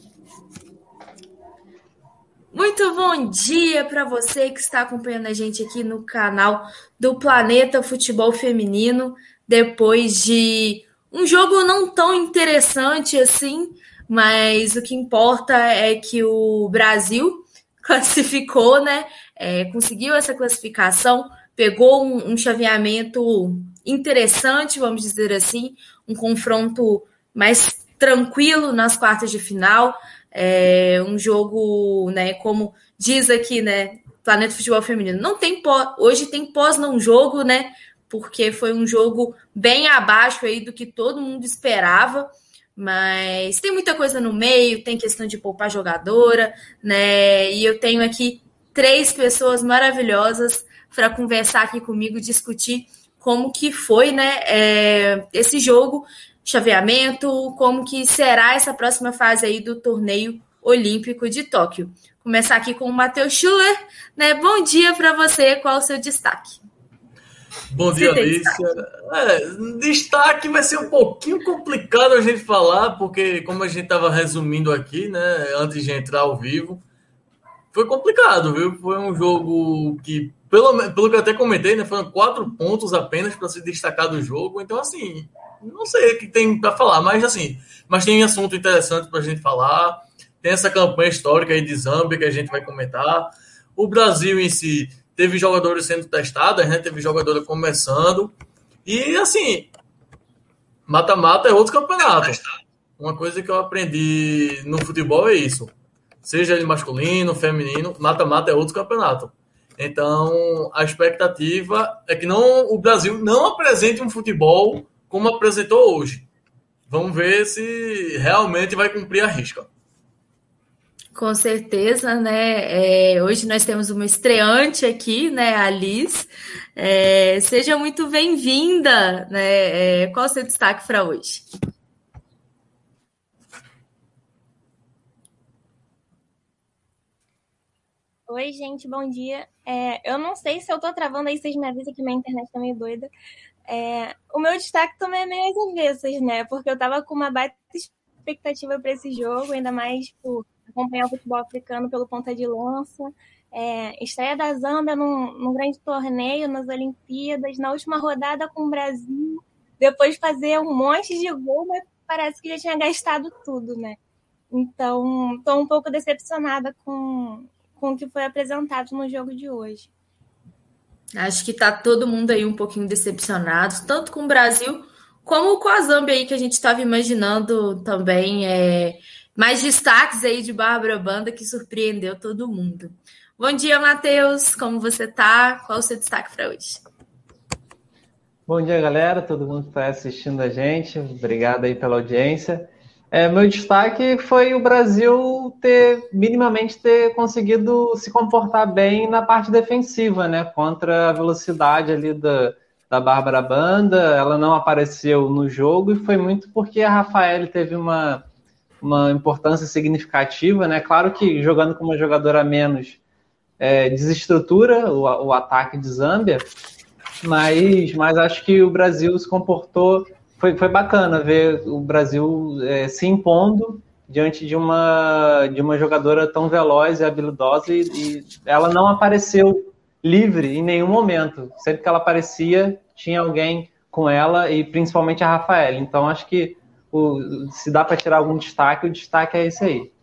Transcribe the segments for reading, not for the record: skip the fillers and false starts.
Muito bom dia para você que está acompanhando a gente aqui no canal do Planeta Futebol Feminino, depois de um jogo não tão interessante assim, mas o que importa é que o Brasil classificou, né? Conseguiu essa classificação, pegou um chaveamento interessante, vamos dizer assim, um confronto mais tranquilo nas quartas de final. Um jogo, né, como diz aqui, né, Planeta Futebol Feminino, não tem hoje tem pós não jogo, né, porque foi um jogo bem abaixo aí do que todo mundo esperava, mas tem muita coisa no meio, tem questão de poupar jogadora, né, e eu tenho aqui 3 pessoas maravilhosas para conversar aqui comigo, discutir como que foi, né, esse jogo, chaveamento, como que será essa próxima fase aí do torneio olímpico de Tóquio. Começar aqui com o Matheus Schuller, né? Bom dia para você, qual o seu destaque? Bom dia, Alicia. Destaque vai ser um pouquinho complicado a gente falar, porque como a gente estava resumindo aqui, né, antes de entrar ao vivo, foi complicado, viu? Foi um jogo que, pelo que eu até comentei, né, foram 4 pontos apenas para se destacar do jogo. Então, assim, não sei o que tem para falar, mas tem assunto interessante para a gente falar. Tem essa campanha histórica aí de Zâmbia que a gente vai comentar. O Brasil em si teve jogadores sendo testados, né? Teve jogadores começando. E, assim, mata-mata é outro campeonato. Uma coisa que eu aprendi no futebol é isso. Seja ele masculino, feminino, mata-mata é outro campeonato. Então, a expectativa é que o Brasil não apresente um futebol como apresentou hoje. Vamos ver se realmente vai cumprir a risca. Com certeza, né? Hoje nós temos uma estreante aqui, né, a Liz. Seja muito bem-vinda, né? Qual o seu destaque para hoje? Oi, gente, bom dia. Eu não sei se eu tô travando aí, vocês me avisam que minha internet tá meio doida. O meu destaque também é meio às avessas, né? Porque eu tava com uma baita expectativa para esse jogo, ainda mais por acompanhar o futebol africano pelo ponta de lança. Estreia da Zâmbia num grande torneio, nas Olimpíadas, na última rodada com o Brasil, depois fazer um monte de gol, mas parece que já tinha gastado tudo, né? Então, estou um pouco decepcionada com o que foi apresentado no jogo de hoje. Acho que tá todo mundo aí um pouquinho decepcionado, tanto com o Brasil como com a Zâmbia aí, que a gente estava imaginando também mais destaques aí de Bárbara Banda, que surpreendeu todo mundo. Bom dia, Matheus, como você tá? Qual o seu destaque para hoje? Bom dia, galera, todo mundo que está assistindo a gente, obrigado aí pela audiência. Meu destaque foi o Brasil minimamente ter conseguido se comportar bem na parte defensiva, né? Contra a velocidade ali da Bárbara Banda, ela não apareceu no jogo e foi muito porque a Rafaele teve uma importância significativa, né? Claro que jogando com uma jogadora a menos desestrutura o ataque de Zâmbia, mas acho que o Brasil se comportou. Foi bacana ver o Brasil se impondo diante de uma jogadora tão veloz e habilidosa e ela não apareceu livre em nenhum momento. Sempre que ela aparecia, tinha alguém com ela e principalmente a Rafaela. Então acho que se dá para tirar algum destaque, o destaque é esse aí.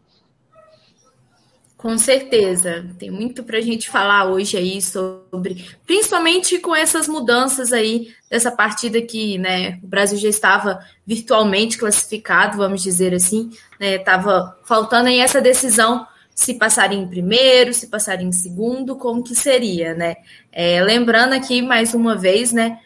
Com certeza, tem muito para a gente falar hoje aí sobre, principalmente com essas mudanças aí dessa partida que, né, o Brasil já estava virtualmente classificado, vamos dizer assim, né, estava faltando aí essa decisão se passaria em primeiro, se passaria em segundo, como que seria, né? Lembrando aqui mais uma vez, né,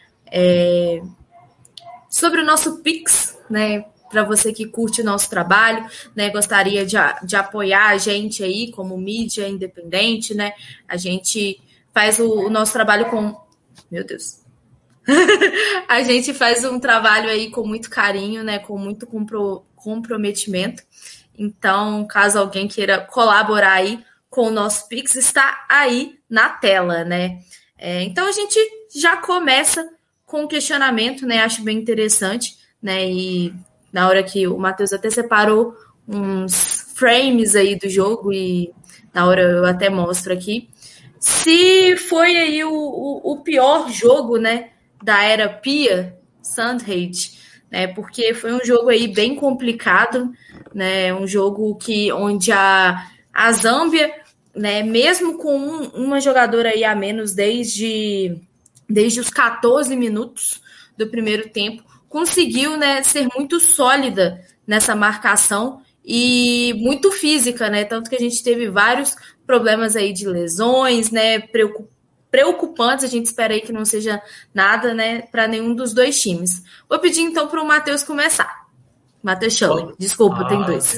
sobre o nosso Pix, né? Para você que curte o nosso trabalho, né? Gostaria de apoiar a gente aí como mídia independente, né? A gente faz o nosso trabalho com... Meu Deus. A gente faz um trabalho aí com muito carinho, né? Com muito comprometimento. Então, caso alguém queira colaborar aí com o nosso Pix, está aí na tela, né? Então, a gente já começa com um questionamento, né? Acho bem interessante, né? E na hora que o Matheus até separou uns frames aí do jogo, e na hora eu até mostro aqui, se foi aí o pior jogo, né, da era Pia Sandhage, né, porque foi um jogo aí bem complicado, né, um jogo onde a Zâmbia, né, mesmo com uma jogadora aí a menos desde os 14 minutos do primeiro tempo, conseguiu, né, ser muito sólida nessa marcação e muito física, né, tanto que a gente teve vários problemas aí de lesões, né, preocupantes. A gente espera aí que não seja nada, né, para nenhum dos dois times. Vou pedir então para o Matheus começar. Matheus Scholler, desculpa, tem dois.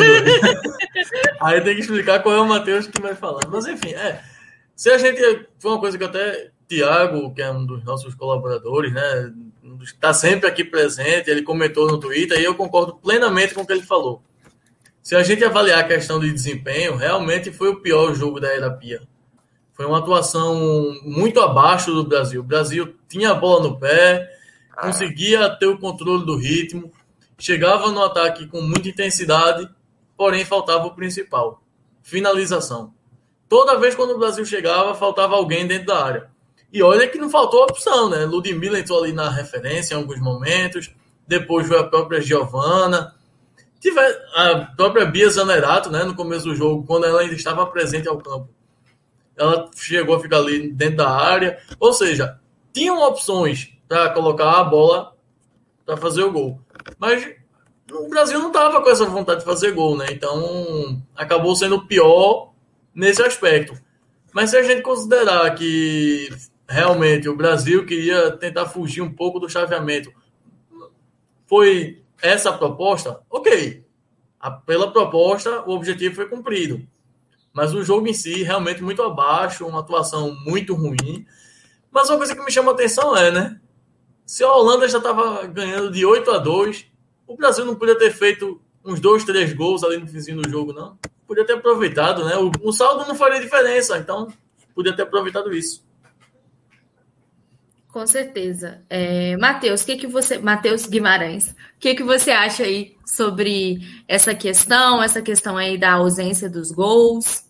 Aí tem que explicar qual é o Matheus que vai falar. Mas enfim, se a gente... Foi uma coisa que até Tiago, que é um dos nossos colaboradores, né, está sempre aqui presente, ele comentou no Twitter, e eu concordo plenamente com o que ele falou. Se a gente avaliar a questão de desempenho, realmente foi o pior jogo da era Pia. Foi uma atuação muito abaixo do Brasil. O Brasil tinha a bola no pé, conseguia ter o controle do ritmo, chegava no ataque com muita intensidade, porém faltava o principal, finalização. Toda vez quando o Brasil chegava, faltava alguém dentro da área. E olha que não faltou opção, né? Ludmilla entrou ali na referência em alguns momentos, depois foi a própria Giovana, a própria Bia Zanerato, né, no começo do jogo, quando ela ainda estava presente ao campo. Ela chegou a ficar ali dentro da área. Ou seja, tinham opções para colocar a bola para fazer o gol. Mas o Brasil não estava com essa vontade de fazer gol, né? Então, acabou sendo o pior nesse aspecto. Mas se a gente considerar que realmente o Brasil queria tentar fugir um pouco do chaveamento, foi essa a proposta? Ok. Pela proposta, o objetivo foi cumprido. Mas o jogo em si, realmente muito abaixo, uma atuação muito ruim. Mas uma coisa que me chama a atenção né? Se a Holanda já estava ganhando de 8-2, o Brasil não podia ter feito uns 2, 3 gols ali no finzinho do jogo, não. Podia ter aproveitado, né? O saldo não faria diferença, então podia ter aproveitado isso. Com certeza. Matheus, Matheus Guimarães, o que você acha aí sobre essa questão aí da ausência dos gols?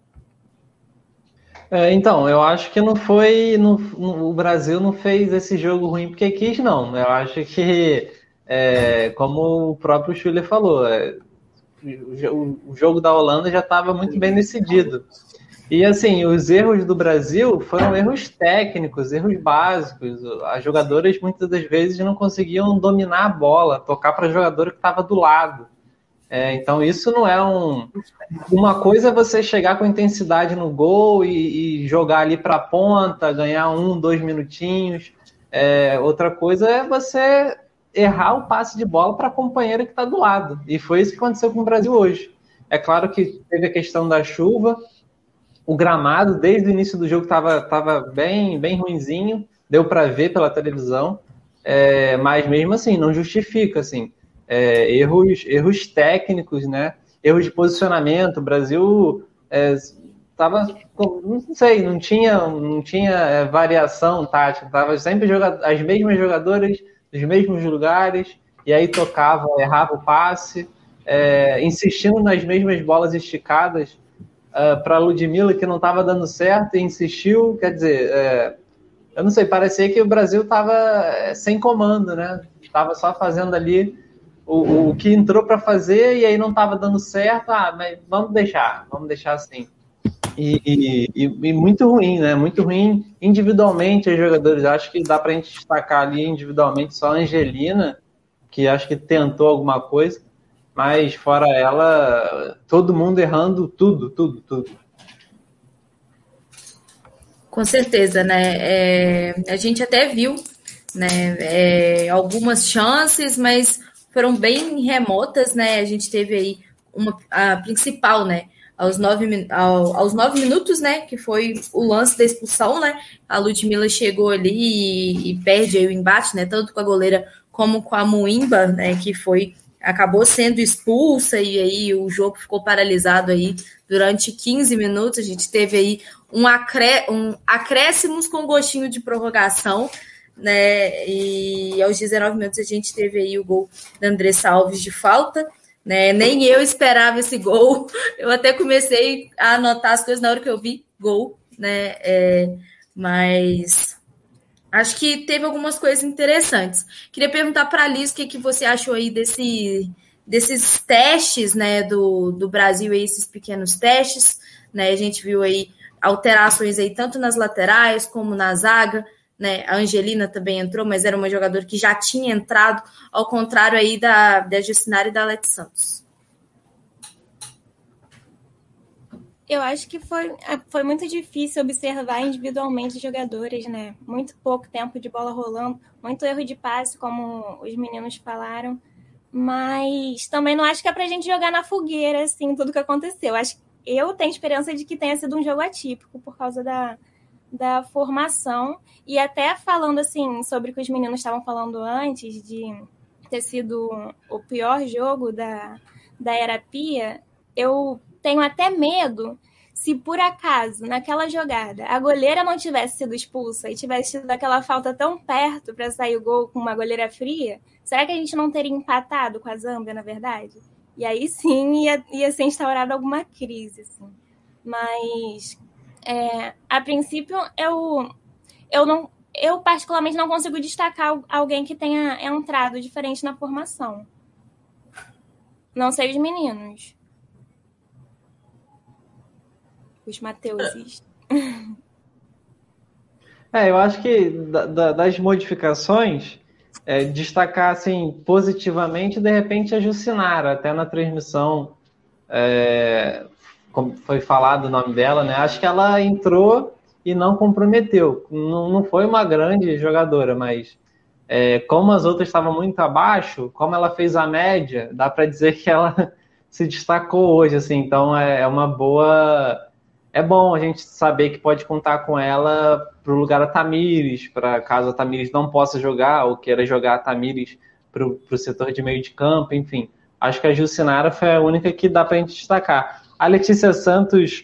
Então, eu acho que não foi. O Brasil não fez esse jogo ruim porque quis, não. Eu acho que, como o próprio Schuller falou, o jogo da Holanda já estava muito bem decidido. E assim, os erros do Brasil foram erros técnicos, erros básicos. As jogadoras muitas das vezes não conseguiam dominar a bola, tocar para a jogadora que estava do lado. Então isso não é uma coisa é você chegar com intensidade no gol e jogar ali para a ponta, ganhar 1, 2 minutinhos. Outra coisa é você errar o passe de bola para a companheira que está do lado. E foi isso que aconteceu com o Brasil hoje. É claro que teve a questão da chuva. O gramado, desde o início do jogo, estava bem, bem ruinzinho, deu para ver pela televisão, mas mesmo assim, não justifica, assim, erros técnicos, né? Erros de posicionamento. O Brasil estava, não sei, não tinha variação tática, estava sempre as mesmas jogadoras, nos mesmos lugares, e aí tocava, errava o passe, insistindo nas mesmas bolas esticadas, para a Ludmilla, que não estava dando certo, e insistiu. Quer dizer, eu não sei, parecia que o Brasil estava sem comando, né? Estava só fazendo ali o que entrou para fazer, e aí não estava dando certo. Mas vamos deixar assim. E muito ruim, né? Muito ruim individualmente os jogadores. Acho que dá para a gente destacar ali individualmente só a Angelina, que acho que tentou alguma coisa. Mas fora ela, todo mundo errando tudo. Com certeza, né? A gente até viu, né, algumas chances, mas foram bem remotas, né? A gente teve aí a principal, né? Aos 9 minutos, né? Que foi o lance da expulsão, né? A Ludmilla chegou ali e perde aí o embate, né? Tanto com a goleira como com a Muimba, né? Que acabou sendo expulsa, e aí o jogo ficou paralisado aí durante 15 minutos. A gente teve aí um acréscimos com gostinho de prorrogação, né? E aos 19 minutos a gente teve aí o gol da Andressa Alves de falta, né? Nem eu esperava esse gol. Eu até comecei a anotar as coisas na hora que eu vi gol, né? Mas acho que teve algumas coisas interessantes. Queria perguntar para a Liz o que você achou aí desses testes, né, do Brasil, aí, esses pequenos testes, né? A gente viu aí alterações aí tanto nas laterais como na zaga, né? A Angelina também entrou, mas era uma jogadora que já tinha entrado, ao contrário aí da Jucinara e da Leti Santos. Eu acho que foi muito difícil observar individualmente os jogadores, né? Muito pouco tempo de bola rolando, muito erro de passe, como os meninos falaram. Mas também não acho que é pra gente jogar na fogueira, assim, tudo que aconteceu. Eu tenho esperança de que tenha sido um jogo atípico por causa da formação. E até falando, assim, sobre o que os meninos estavam falando antes, de ter sido o pior jogo da Era Pia, eu tenho até medo se por acaso, naquela jogada, a goleira não tivesse sido expulsa e tivesse tido aquela falta tão perto para sair o gol com uma goleira fria, será que a gente não teria empatado com a Zâmbia, na verdade? E aí sim ia ser instaurada alguma crise. Assim. Mas, a princípio, eu particularmente não consigo destacar alguém que tenha entrado diferente na formação. Não sei os meninos. Os Mateuses. Eu acho que das modificações, destacar assim, positivamente, de repente, a Jucinara, até na transmissão, como foi falado o nome dela, né? Acho que ela entrou e não comprometeu. Não foi uma grande jogadora, mas como as outras estavam muito abaixo, como ela fez a média, dá para dizer que ela se destacou hoje, assim. Então é uma boa. É bom a gente saber que pode contar com ela para o lugar da Tamires, para caso a Tamires não possa jogar ou queira jogar a Tamires para o setor de meio de campo, enfim. Acho que a Jucinara foi a única que dá para a gente destacar. A Letícia Santos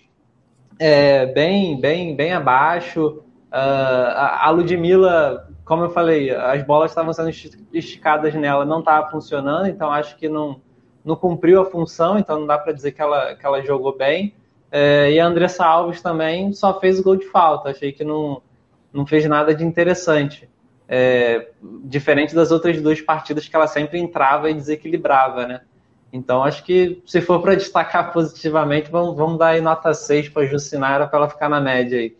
bem abaixo. A Ludmilla, como eu falei, as bolas estavam sendo esticadas nela, não estava funcionando, então acho que não cumpriu a função, então não dá para dizer que ela jogou bem. E a Andressa Alves também só fez o gol de falta. Achei que não fez nada de interessante. Diferente das outras duas partidas que ela sempre entrava e desequilibrava, né? Então, acho que se for para destacar positivamente, vamos dar aí nota 6 para a Jucinara para ela ficar na média aí.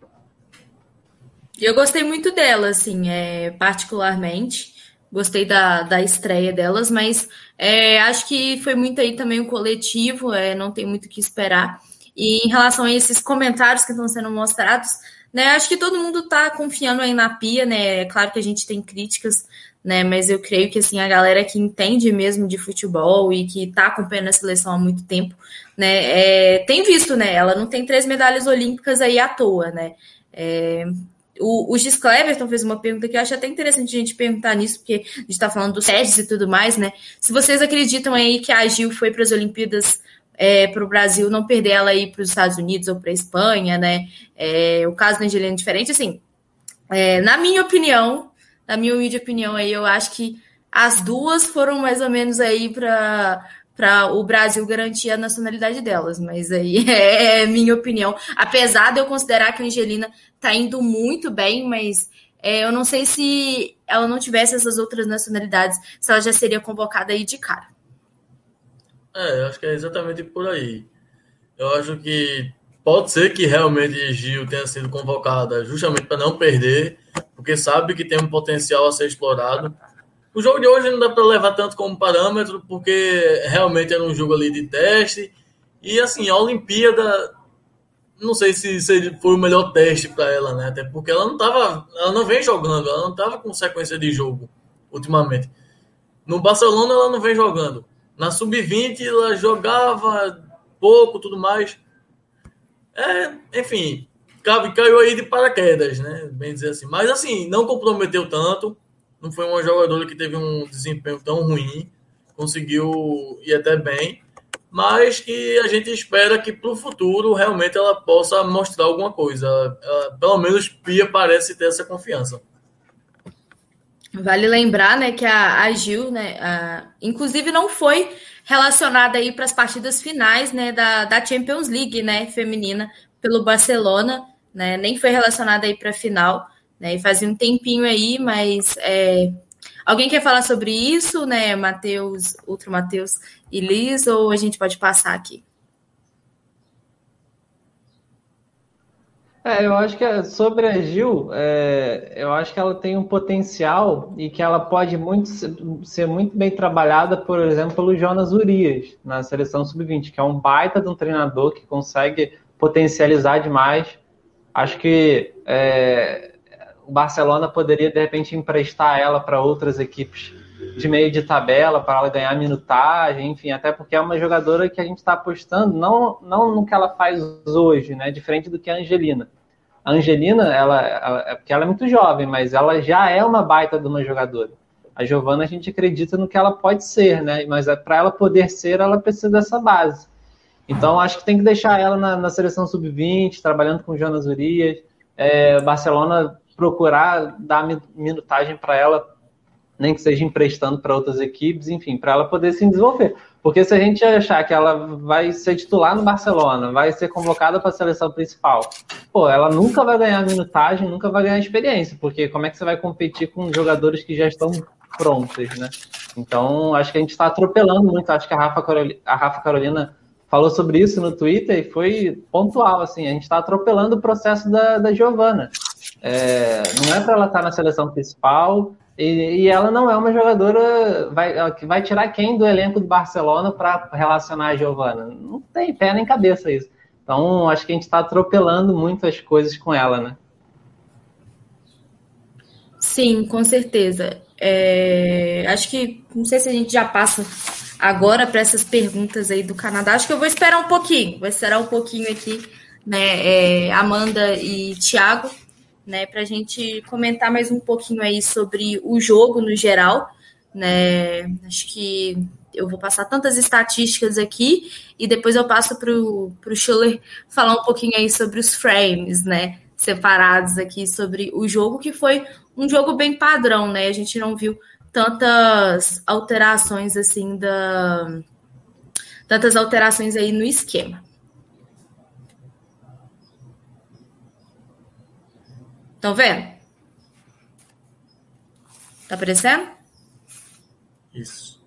Eu gostei muito dela, assim, particularmente. Gostei da estreia delas, mas acho que foi muito aí também o coletivo, não tem muito o que esperar. E em relação a esses comentários que estão sendo mostrados, né, acho que todo mundo está confiando aí na Pia, né? É claro que a gente tem críticas, né? Mas eu creio que assim, a galera que entende mesmo de futebol e que está acompanhando a seleção há muito tempo, né, tem visto, né? Ela não tem 3 medalhas olímpicas aí à toa, né? O Gis Cleverton fez uma pergunta que eu acho até interessante a gente perguntar nisso, porque a gente está falando dos testes e tudo mais, né? Se vocês acreditam aí que a Gil foi para as Olimpíadas para o Brasil não perder ela aí para os Estados Unidos ou para a Espanha, né? O caso da Angelina é diferente, assim, na minha humilde opinião aí, eu acho que as duas foram mais ou menos aí para o Brasil garantir a nacionalidade delas, mas aí é minha opinião. Apesar de eu considerar que a Angelina tá indo muito bem, mas eu não sei se ela não tivesse essas outras nacionalidades, se ela já seria convocada aí de cara. Acho que é exatamente por aí. Eu acho que pode ser que realmente Gil tenha sido convocada justamente para não perder, porque sabe que tem um potencial a ser explorado. O jogo de hoje não dá para levar tanto como parâmetro, porque realmente era um jogo ali de teste. E assim, a Olimpíada, não sei se foi o melhor teste para ela, né? Até porque ela não vem jogando, ela não estava com sequência de jogo ultimamente. No Barcelona ela não vem jogando. Na Sub-20 ela jogava pouco, tudo mais. Enfim, caiu aí de paraquedas, né? Bem dizer assim. Mas assim, não comprometeu tanto. Não foi uma jogadora que teve um desempenho tão ruim. Conseguiu ir até bem. Mas que a gente espera que para o futuro realmente ela possa mostrar alguma coisa. Pelo menos Pia parece ter essa confiança. Vale lembrar, né, que a Gil, né, inclusive não foi relacionada aí para as partidas finais, né, da Champions League, né, feminina, pelo Barcelona, né, nem foi relacionada aí para a final, né, e fazia um tempinho aí, mas alguém quer falar sobre isso, né, Matheus, outro Matheus e Liz, ou a gente pode passar aqui? Eu acho que sobre a Gil, eu acho que ela tem um potencial e que ela pode ser muito bem trabalhada, por exemplo, pelo Jonas Urias, na seleção sub-20, que é um baita de um treinador que consegue potencializar demais. Acho que o Barcelona poderia, de repente, emprestar ela para outras equipes de meio de tabela, para ela ganhar minutagem, enfim, até porque é uma jogadora que a gente está apostando não no que ela faz hoje, né, diferente do que a Angelina. A Angelina, porque ela é muito jovem, mas ela já é uma baita de uma jogadora. A Giovana, a gente acredita no que ela pode ser, né, mas para ela poder ser, ela precisa dessa base. Então, acho que tem que deixar ela na seleção sub-20, trabalhando com o Jonas Urias, Barcelona procurar dar minutagem para ela, nem que seja emprestando para outras equipes, enfim, para ela poder se desenvolver. Porque se a gente achar que ela vai ser titular no Barcelona, vai ser convocada para a seleção principal, ela nunca vai ganhar minutagem, nunca vai ganhar experiência, porque como é que você vai competir com jogadores que já estão prontos, né? Então, acho que a gente está atropelando muito. Acho que a Rafa Carolina falou sobre isso no Twitter e foi pontual, assim, a gente está atropelando o processo da Giovana. Não é para ela estar na seleção principal, e ela não é uma jogadora que vai tirar quem do elenco do Barcelona para relacionar a Giovana. Não tem pé nem cabeça isso. Então, acho que a gente está atropelando muito as coisas com ela, né? Sim, com certeza. Acho que, não sei se a gente já passa agora para essas perguntas aí do Canadá. Acho que eu vou esperar um pouquinho. Aqui, né, Amanda e Thiago, né, para a gente comentar mais um pouquinho aí sobre o jogo no geral, né? Acho que eu vou passar tantas estatísticas aqui e depois eu passo para o Schuller falar um pouquinho aí sobre os frames, né, separados aqui sobre o jogo, que foi um jogo bem padrão, né? A gente não viu tantas alterações assim tantas alterações aí no esquema. Estão vendo? Tá aparecendo? Isso.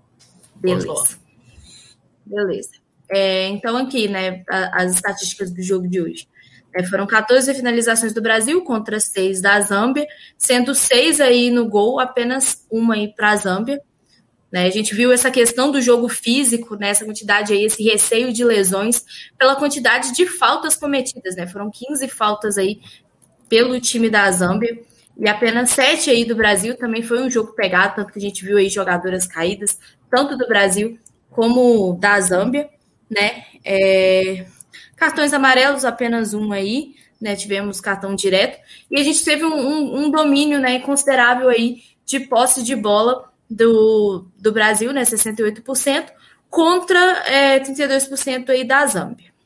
Beleza. Então, aqui, né, as estatísticas do jogo de hoje. Foram 14 finalizações do Brasil contra 6 da Zâmbia, sendo 6 aí no gol, apenas uma aí para a Zâmbia. Né? A gente viu essa questão do jogo físico, né, essa quantidade aí, esse receio de lesões, pela quantidade de faltas cometidas, né? Foram 15 faltas aí pelo time da Zâmbia, e apenas 7 aí do Brasil. Também foi um jogo pegado, tanto que a gente viu aí jogadoras caídas, tanto do Brasil como da Zâmbia, né? Cartões amarelos, apenas um aí, né? Tivemos cartão direto, e a gente teve um domínio, né, considerável aí de posse de bola do Brasil, né? 68%, contra 32% aí da Zâmbia.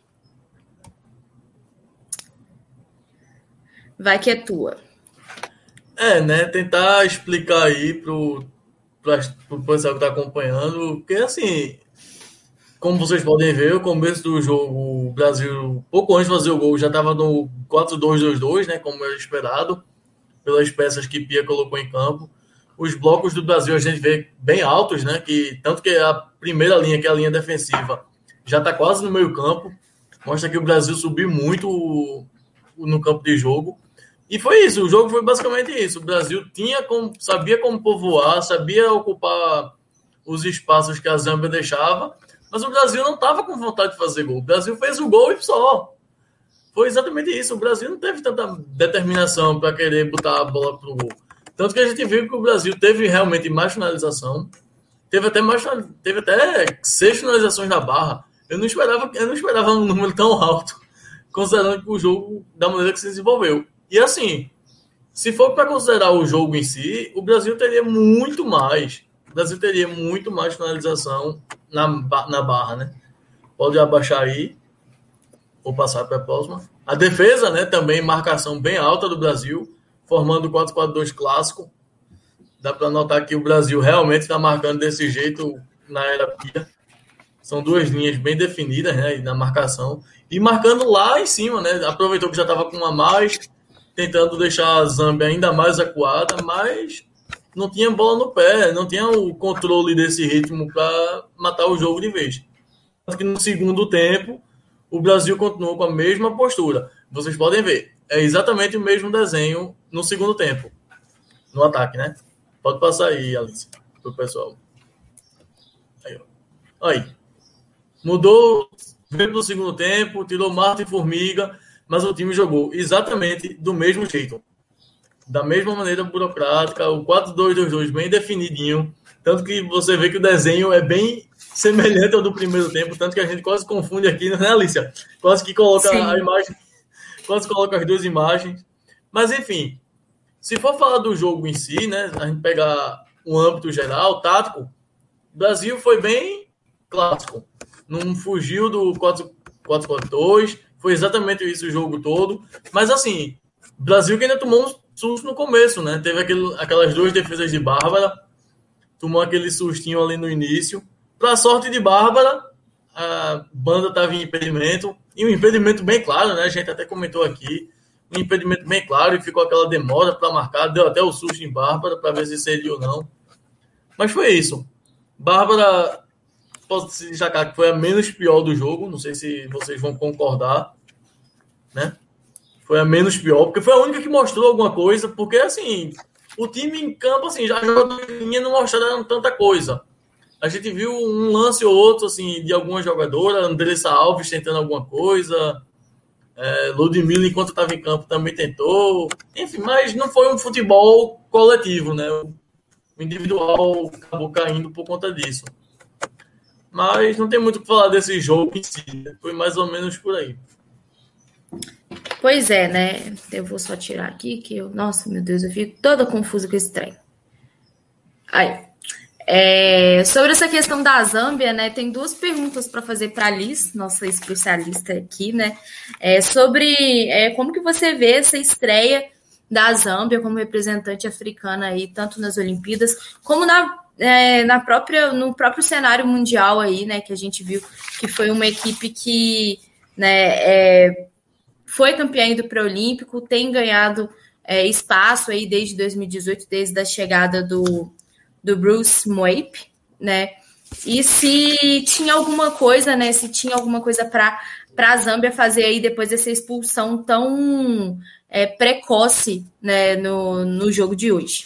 Vai que é tua. Né? Tentar explicar aí pro pessoal que tá acompanhando, porque assim, como vocês podem ver, o começo do jogo, o Brasil, pouco antes de fazer o gol, já estava no 4-2-2-2, né? Como era esperado, pelas peças que Pia colocou em campo. Os blocos do Brasil a gente vê bem altos, né? Tanto que a primeira linha, que é a linha defensiva, já está quase no meio campo. Mostra que o Brasil subiu muito no campo de jogo. E foi isso, o jogo foi basicamente isso. O Brasil sabia como povoar, sabia ocupar os espaços que a Zâmbia deixava, mas o Brasil não estava com vontade de fazer gol. O Brasil fez o gol e só. Foi exatamente isso. O Brasil não teve tanta determinação para querer botar a bola pro gol. Tanto que a gente viu que o Brasil teve realmente mais finalização. Teve até 6 finalizações na barra. Eu não esperava um número tão alto, considerando que o jogo, da maneira que se desenvolveu. E assim, se for para considerar o jogo em si, o Brasil teria muito mais. O Brasil teria muito mais finalização na barra, né? Pode abaixar aí. Vou passar para a próxima. A defesa, né? Também marcação bem alta do Brasil, formando o 4-4-2 clássico. Dá para notar que o Brasil realmente está marcando desse jeito na era Pia. São duas linhas bem definidas, né, na marcação. E marcando lá em cima, né? Aproveitou que já estava com uma a mais, tentando deixar a Zâmbia ainda mais acuada, mas não tinha bola no pé, não tinha o controle desse ritmo para matar o jogo de vez. Tanto que no segundo tempo, o Brasil continuou com a mesma postura. Vocês podem ver, é exatamente o mesmo desenho no segundo tempo, no ataque, né? Pode passar aí, Alice, pro pessoal. Aí, ó. Aí. Mudou, veio pro segundo tempo, tirou Marta e Formiga, mas o time jogou exatamente do mesmo jeito. Da mesma maneira burocrática, o 4-2-2-2 bem definidinho. Tanto que você vê que o desenho é bem semelhante ao do primeiro tempo, tanto que a gente quase confunde aqui, né, Alicia? Quase que coloca a imagem, quase coloca as duas imagens. Mas, enfim, se for falar do jogo em si, né, a gente pegar um âmbito geral, tático, o Brasil foi bem clássico. Não fugiu do 4-4-2, foi exatamente isso o jogo todo. Mas, assim, o Brasil que ainda tomou um susto no começo, né? Teve aquelas duas defesas de Bárbara, tomou aquele sustinho ali no início. Para sorte de Bárbara, a banda estava em impedimento, e um impedimento bem claro, né? A gente até comentou aqui, um impedimento bem claro, e ficou aquela demora para marcar, deu até o susto em Bárbara para ver se seria ou não. Mas foi isso. Bárbara, posso destacar que foi a menos pior do jogo, não sei se vocês vão concordar, né? Foi a menos pior, porque foi a única que mostrou alguma coisa, porque, assim, o time em campo, assim, já jogou linha, não mostraram tanta coisa. A gente viu um lance ou outro, assim, de alguma jogadora, Andressa Alves tentando alguma coisa, Ludmilla, enquanto estava em campo, também tentou. Enfim, mas não foi um futebol coletivo, né? O individual acabou caindo por conta disso. Mas não tem muito o que falar desse jogo em si, né? Foi mais ou menos por aí. Pois é, né? Eu vou só tirar aqui que eu... Nossa, meu Deus, eu fico toda confusa com esse trem. Aí. Sobre essa questão da Zâmbia, né? Tem duas perguntas para fazer para a Liz, nossa especialista aqui, né? Sobre como que você vê essa estreia da Zâmbia como representante africana aí, tanto nas Olimpíadas como no próprio cenário mundial aí, né? Que a gente viu que foi uma equipe que, né? Foi campeã do pré-olímpico, tem ganhado espaço aí desde 2018, desde a chegada do Bruce Moape, né? E se tinha alguma coisa, né? Se tinha alguma coisa para a Zâmbia fazer aí depois dessa expulsão tão precoce, né? No jogo de hoje.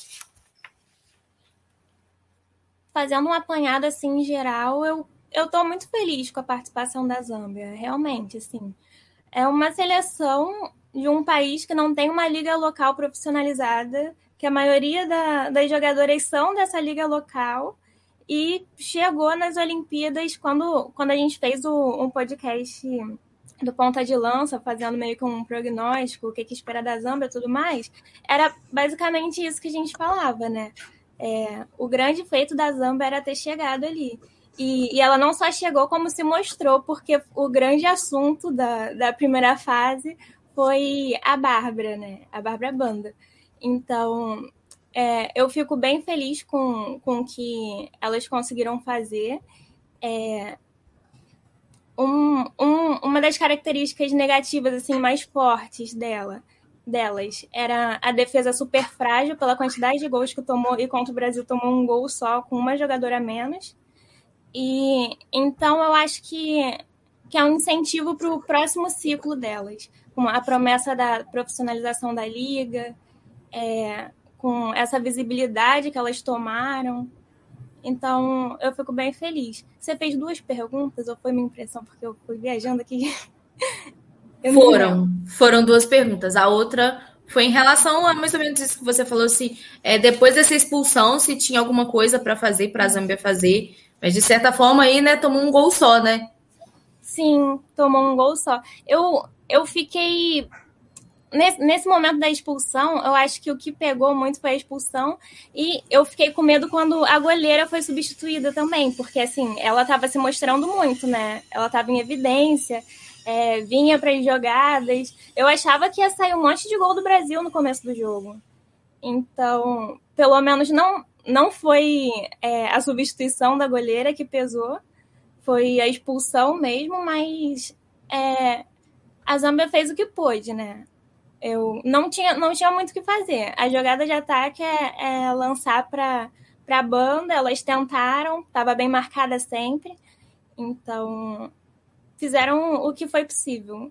Fazendo um apanhado assim em geral, eu tô muito feliz com a participação da Zâmbia, realmente, assim. É uma seleção de um país que não tem uma liga local profissionalizada, que a maioria das jogadoras são dessa liga local, e chegou nas Olimpíadas quando a gente fez um podcast do Ponta de Lança, fazendo meio que um prognóstico, o que espera da Zâmbia e tudo mais, era basicamente isso que a gente falava, né? O grande feito da Zâmbia era ter chegado ali. E ela não só chegou, como se mostrou, porque o grande assunto da primeira fase foi a Bárbara, né? A Bárbara Banda. Então, eu fico bem feliz com o que elas conseguiram fazer. Uma das características negativas assim, mais fortes delas era a defesa super frágil pela quantidade de gols que tomou, e contra o Brasil tomou um gol só, com uma jogadora a menos. E então eu acho que é um incentivo para o próximo ciclo delas, com a promessa da profissionalização da liga, com essa visibilidade que elas tomaram. Então eu fico bem feliz. Você fez duas perguntas, ou foi minha impressão porque eu fui viajando aqui? Foram duas perguntas. A outra foi em relação a mais ou menos isso que você falou, se depois dessa expulsão, se tinha alguma coisa para fazer, para a Zâmbia fazer. Mas, de certa forma, aí, né, tomou um gol só, né? Sim, tomou um gol só. Eu fiquei... Nesse momento da expulsão, eu acho que o que pegou muito foi a expulsão, e eu fiquei com medo quando a goleira foi substituída também, porque, assim, ela estava se mostrando muito, né? Ela estava em evidência, vinha para as jogadas. Eu achava que ia sair um monte de gol do Brasil no começo do jogo. Então, pelo menos não foi a substituição da goleira que pesou, foi a expulsão mesmo, mas a Zâmbia fez o que pôde, né? Eu não tinha muito o que fazer. A jogada de ataque é lançar para a banda, elas tentaram, estava bem marcada sempre, então fizeram o que foi possível.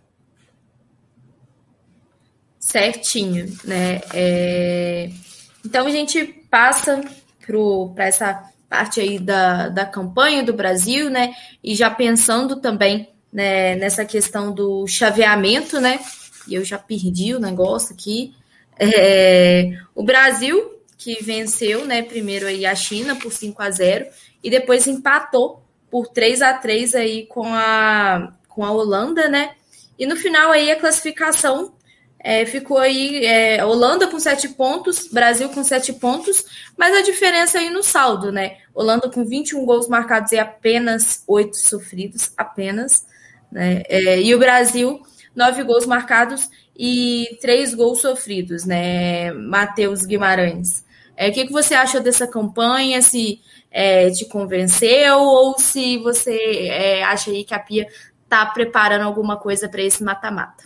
Certinho, né? Então a gente passa para essa parte aí da campanha do Brasil, né? E já pensando também, né, nessa questão do chaveamento, né? E eu já perdi o negócio aqui. O Brasil, que venceu, né, primeiro aí a China por 5-0 e depois empatou por 3-3 aí com a Holanda, né? E no final aí a classificação ficou aí Holanda com 7 pontos, Brasil com 7 pontos, mas a diferença aí no saldo, né? Holanda com 21 gols marcados e apenas 8 sofridos, apenas, né? E o Brasil, 9 gols marcados e 3 gols sofridos, né? Matheus Guimarães. O que você acha dessa campanha? Se te convenceu ou se você acha aí que a Pia está preparando alguma coisa para esse mata-mata?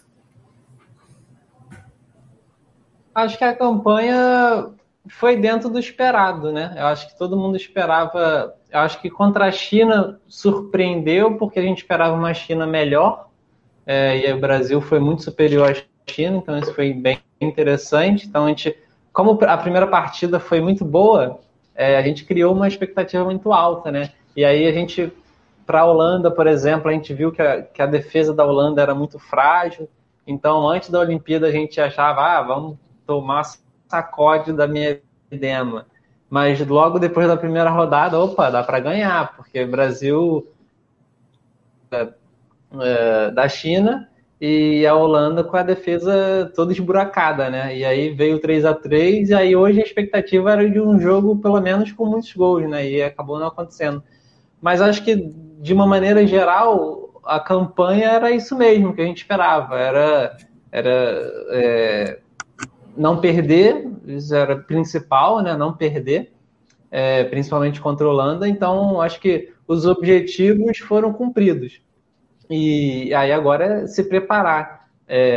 Acho que a campanha foi dentro do esperado, né? Eu acho que todo mundo esperava. Eu acho que contra a China surpreendeu, porque a gente esperava uma China melhor, e o Brasil foi muito superior à China, então isso foi bem interessante. Então, como a primeira partida foi muito boa, a gente criou uma expectativa muito alta, né? E aí para a Holanda, por exemplo, a gente viu que a defesa da Holanda era muito frágil. Então, antes da Olimpíada, a gente achava, vamos tomar sacode da minha Dema. Mas logo depois da primeira rodada, dá para ganhar, porque o Brasil da China e a Holanda com a defesa toda esburacada, né? E aí veio 3-3, e aí hoje a expectativa era de um jogo, pelo menos, com muitos gols, né? E acabou não acontecendo. Mas acho que, de uma maneira geral, a campanha era isso mesmo que a gente esperava. Era não perder, isso era principal, né? Não perder, principalmente contra a Holanda. Então, acho que os objetivos foram cumpridos. E aí agora é se preparar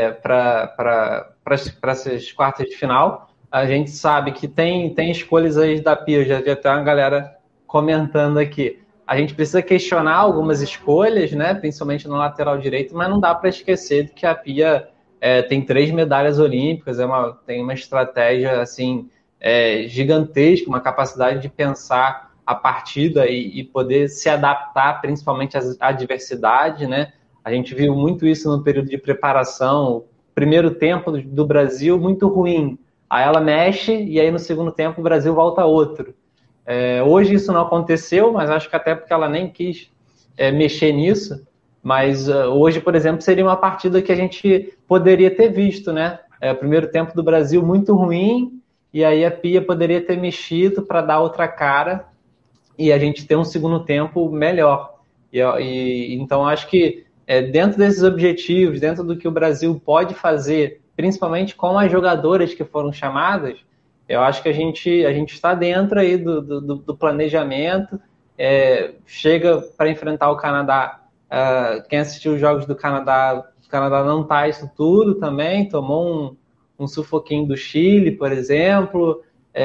para essas quartas de final. A gente sabe que tem escolhas aí da Pia, já tem uma galera comentando aqui. A gente precisa questionar algumas escolhas, né? Principalmente no lateral direito, mas não dá para esquecer que a Pia tem 3 medalhas olímpicas, tem uma estratégia assim, gigantesca, uma capacidade de pensar a partida e poder se adaptar principalmente à adversidade, né? A gente viu muito isso no período de preparação. O primeiro tempo do Brasil muito ruim, aí ela mexe e aí no segundo tempo o Brasil volta outro. Hoje isso não aconteceu, mas acho que até porque ela nem quis mexer nisso. Mas hoje, por exemplo, seria uma partida que a gente poderia ter visto, né? O primeiro tempo do Brasil muito ruim, e aí a Pia poderia ter mexido para dar outra cara e a gente ter um segundo tempo melhor. Então, acho que dentro desses objetivos, dentro do que o Brasil pode fazer, principalmente com as jogadoras que foram chamadas, eu acho que a gente está dentro aí do planejamento, chega para enfrentar o Canadá. Quem assistiu os jogos do Canadá, o Canadá não está isso tudo também, tomou um sufoquinho do Chile, por exemplo,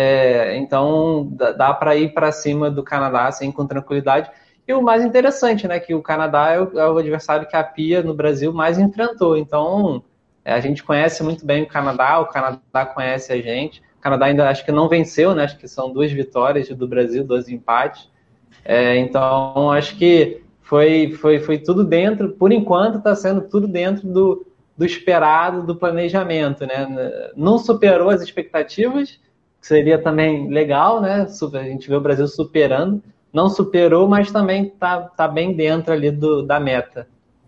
então dá para ir para cima do Canadá assim, com tranquilidade. E o mais interessante, né, que o Canadá é o adversário que a Pia no Brasil mais enfrentou, então a gente conhece muito bem o Canadá conhece a gente. O Canadá ainda acho que não venceu, né, acho que são 2 vitórias do Brasil, 2 empates, então acho que foi tudo dentro, por enquanto está sendo tudo dentro do esperado, do planejamento, né? Não superou as expectativas, que seria também legal, né? A gente vê o Brasil superando, não superou, mas também tá bem dentro ali da meta.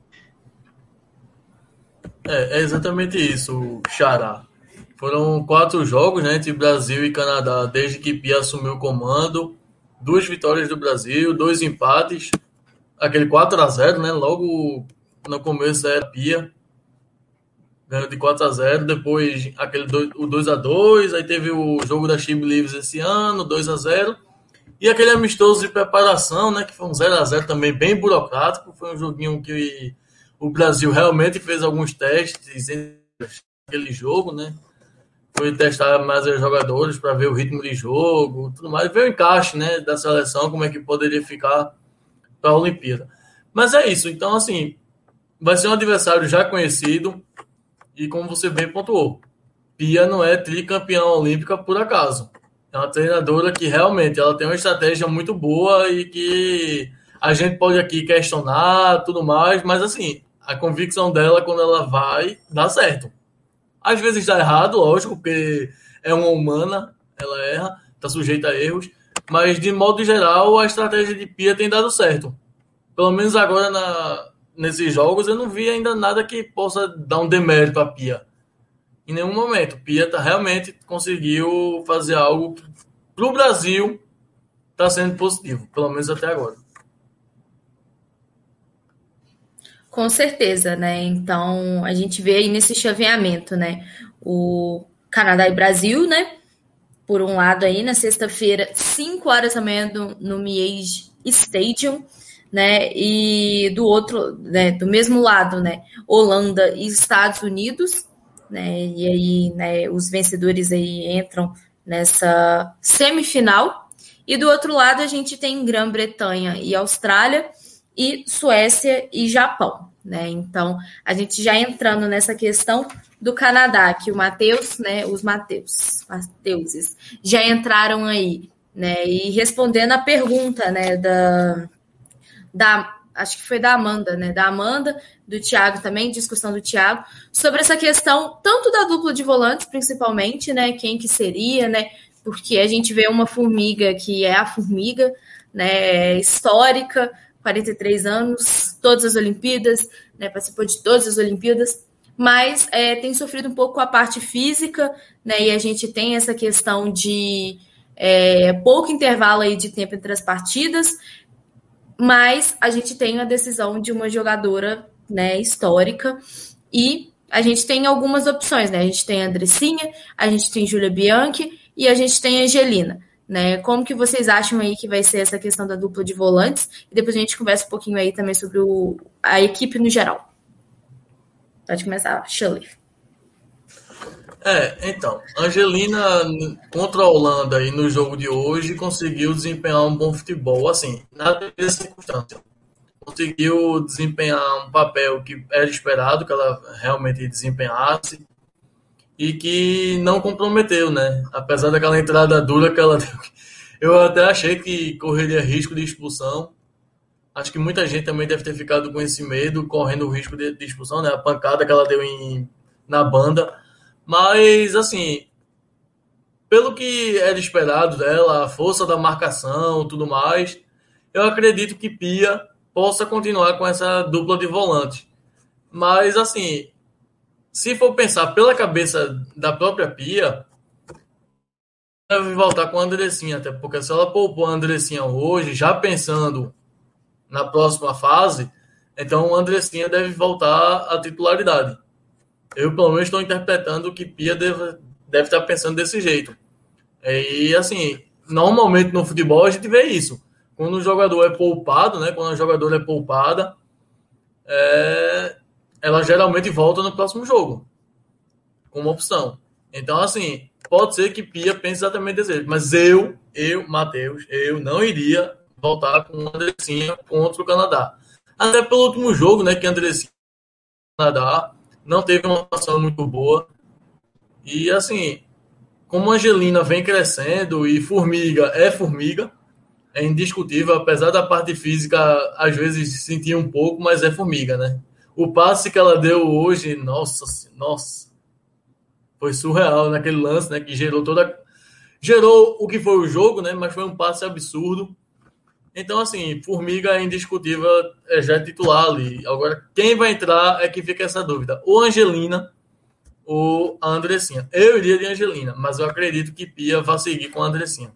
É exatamente isso, Xará. Foram 4 jogos, né, entre Brasil e Canadá desde que Pia assumiu o comando. 2 vitórias do Brasil, 2 empates. Aquele 4-0, né? Logo no começo era Pia. Ganhou de 4-0. Depois o 2-2. Aí teve o jogo da She Believes esse ano, 2-0. E aquele amistoso de preparação, né, que foi um 0-0 também bem burocrático, foi um joguinho que o Brasil realmente fez alguns testes naquele jogo, né? Foi testar mais os jogadores para ver o ritmo de jogo, tudo mais, ver o encaixe, né, da seleção, como é que poderia ficar para a Olimpíada. Mas é isso, então assim, vai ser um adversário já conhecido e como você bem pontuou, Pia não é tricampeã olímpica por acaso. É uma treinadora que realmente ela tem uma estratégia muito boa e que a gente pode aqui questionar tudo mais, mas assim, a convicção dela quando ela vai, dá certo. Às vezes dá errado, lógico, porque é uma humana, ela erra, está sujeita a erros, mas de modo geral a estratégia de Pia tem dado certo. Pelo menos agora nesses jogos eu não vi ainda nada que possa dar um demérito a Pia. Em nenhum momento. Pia realmente conseguiu fazer algo que para o Brasil está sendo positivo, pelo menos até agora. Com certeza, né? Então, a gente vê aí nesse chaveamento, né? O Canadá e Brasil, né? Por um lado aí, na sexta-feira, 5 horas da manhã no Miege Stadium, né? E do outro, né? Do mesmo lado, né? Holanda e Estados Unidos, né? E aí, né? Os vencedores aí entram nessa semifinal. E do outro lado, a gente tem Grã-Bretanha e Austrália, e Suécia e Japão, né? Então, a gente já entrando nessa questão do Canadá, que o Matheus, né? Os Mateuses, já entraram aí, né? E respondendo a pergunta, né? Acho que foi da Amanda, né? Da Amanda, do Thiago também, discussão do Thiago, sobre essa questão, tanto da dupla de volantes, principalmente, né? Quem que seria, né? Porque a gente vê uma formiga que é a formiga, né? Histórica, 43 anos, todas as Olimpíadas, né? Participou de todas as Olimpíadas, mas tem sofrido um pouco com a parte física, né? E a gente tem essa questão de pouco intervalo aí de tempo entre as partidas, mas a gente tem a decisão de uma jogadora, né, histórica, e a gente tem algumas opções, né? A gente tem a Andressinha, a gente tem Júlia Bianchi e a gente tem a Angelina, né? Como que vocês acham aí que vai ser essa questão da dupla de volantes? E depois a gente conversa um pouquinho aí também sobre a equipe no geral. Pode começar, Shirley. Então, Angelina contra a Holanda e no jogo de hoje conseguiu desempenhar um bom futebol, assim, na devida circunstância. Conseguiu desempenhar um papel que era esperado que ela realmente desempenhasse e que não comprometeu, né? Apesar daquela entrada dura que ela deu. Eu até achei que correria risco de expulsão. Acho que muita gente também deve ter ficado com esse medo, correndo o risco de expulsão, né? A pancada que ela deu na banda. Mas, assim, pelo que era esperado dela, a força da marcação, tudo mais, eu acredito que Pia possa continuar com essa dupla de volante. Mas, assim, se for pensar pela cabeça da própria Pia, deve voltar com a Andressinha, até porque se ela poupou a Andressinha hoje, já pensando na próxima fase, então a Andressinha deve voltar à titularidade. Eu, pelo menos, estou interpretando que Pia deve estar pensando desse jeito. E, assim, normalmente no futebol a gente vê isso. Quando o jogador é poupado, né? Quando a jogadora é poupada, ela geralmente volta no próximo jogo, como opção. Então, assim, pode ser que Pia pense exatamente desse jeito. Mas Matheus, eu não iria voltar com a Andressinha contra o Canadá. Até pelo último jogo, né? Que a Andressinha Canadá não teve uma atuação muito boa. E, assim, como a Angelina vem crescendo e formiga, é indiscutível, apesar da parte física às vezes sentir um pouco, mas é formiga, né? O passe que ela deu hoje, nossa, foi surreal naquele lance, né? Que gerou o que foi o jogo, né? Mas foi um passe absurdo. Então, assim, formiga é indiscutível, já é titular ali. Agora, quem vai entrar é que fica essa dúvida. Ou Angelina ou a Andressinha. Eu iria de Angelina, mas eu acredito que Pia vai seguir com a Andressinha.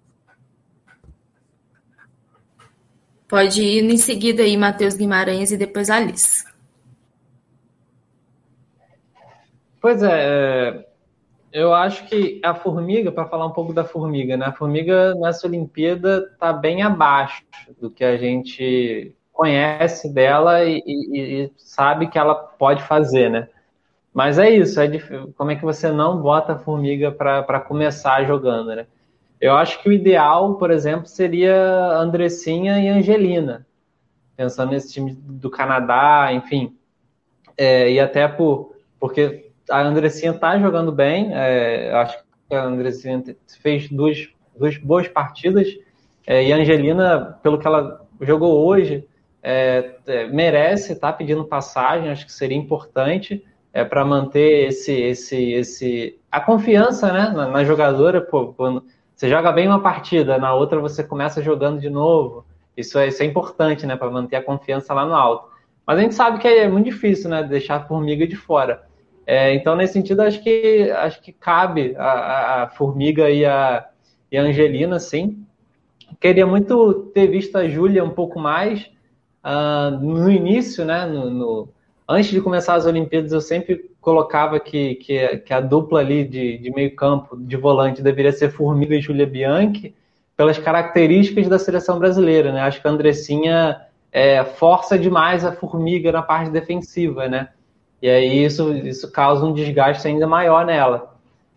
Pode ir em seguida aí, Matheus Guimarães e depois Alice. Pois é, Eu acho que a Formiga, para falar um pouco da Formiga, né? A Formiga nessa Olimpíada está bem abaixo do que a gente conhece dela e sabe que ela pode fazer, né? Mas é isso, como é que você não bota a Formiga para começar jogando, né? Eu acho que o ideal, por exemplo, seria Andressinha e Angelina, pensando nesse time do Canadá, enfim. E até porque a Andressinha está jogando bem, acho que a Andressinha fez duas boas partidas, e a Angelina, pelo que ela jogou hoje, merece estar pedindo passagem, acho que seria importante para manter a confiança, né, na jogadora. Pô, quando você joga bem uma partida, na outra você começa jogando de novo, isso é importante, né, para manter a confiança lá no alto. Mas a gente sabe que é muito difícil, né, deixar a Formiga de fora. Então, nesse sentido, acho que cabe a Formiga e a Angelina, sim. Queria muito ter visto a Júlia um pouco mais no início, né? Antes de começar as Olimpíadas, eu sempre colocava que a dupla ali de meio campo, de volante, deveria ser Formiga e Júlia Bianchi, pelas características da seleção brasileira, né? Acho que a Andressinha força demais a Formiga na parte defensiva, né? E aí isso causa um desgaste ainda maior nela.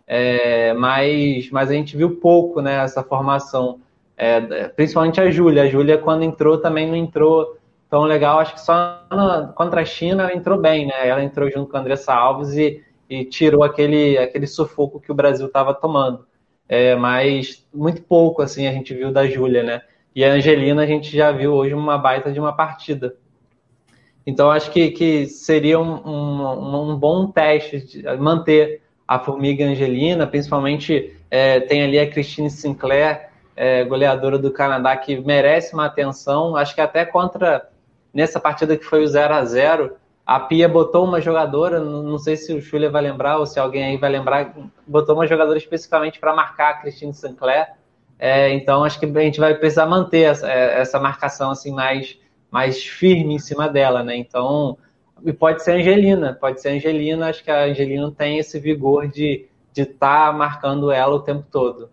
Mas a gente viu pouco, né, essa formação. Principalmente a Júlia. A Júlia, quando entrou, também não entrou tão legal. Acho que só contra a China ela entrou bem, né? Ela entrou junto com a Andressa Alves e tirou aquele sufoco que o Brasil estava tomando. Mas muito pouco, assim, a gente viu da Júlia, né? E a Angelina a gente já viu hoje uma baita de uma partida. Então, acho que seria um bom teste de manter a Formiga Angelina, principalmente tem ali a Christine Sinclair, goleadora do Canadá, que merece uma atenção. Acho que até nessa partida que foi o 0-0, a Pia botou uma jogadora, não sei se o Julia vai lembrar ou se alguém aí vai lembrar, botou uma jogadora especificamente para marcar a Christine Sinclair. Então, acho que a gente vai precisar manter essa marcação assim mais firme em cima dela, né? Então, e pode ser a Angelina, acho que a Angelina tem esse vigor de estar marcando ela o tempo todo.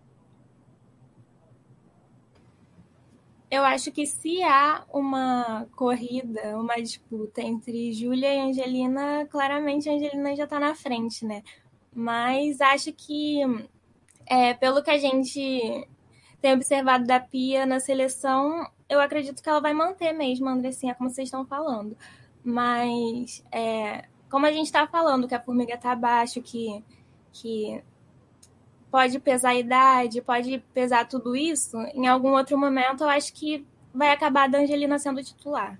Eu acho que se há uma corrida, uma disputa entre Júlia e Angelina, claramente a Angelina já está na frente, né? Mas acho que, pelo que a gente tem observado da Pia na seleção, eu acredito que ela vai manter mesmo a Andressinha, como vocês estão falando. Mas, como a gente está falando, que a Formiga está abaixo, que pode pesar a idade, pode pesar tudo isso, em algum outro momento eu acho que vai acabar a Angelina sendo titular.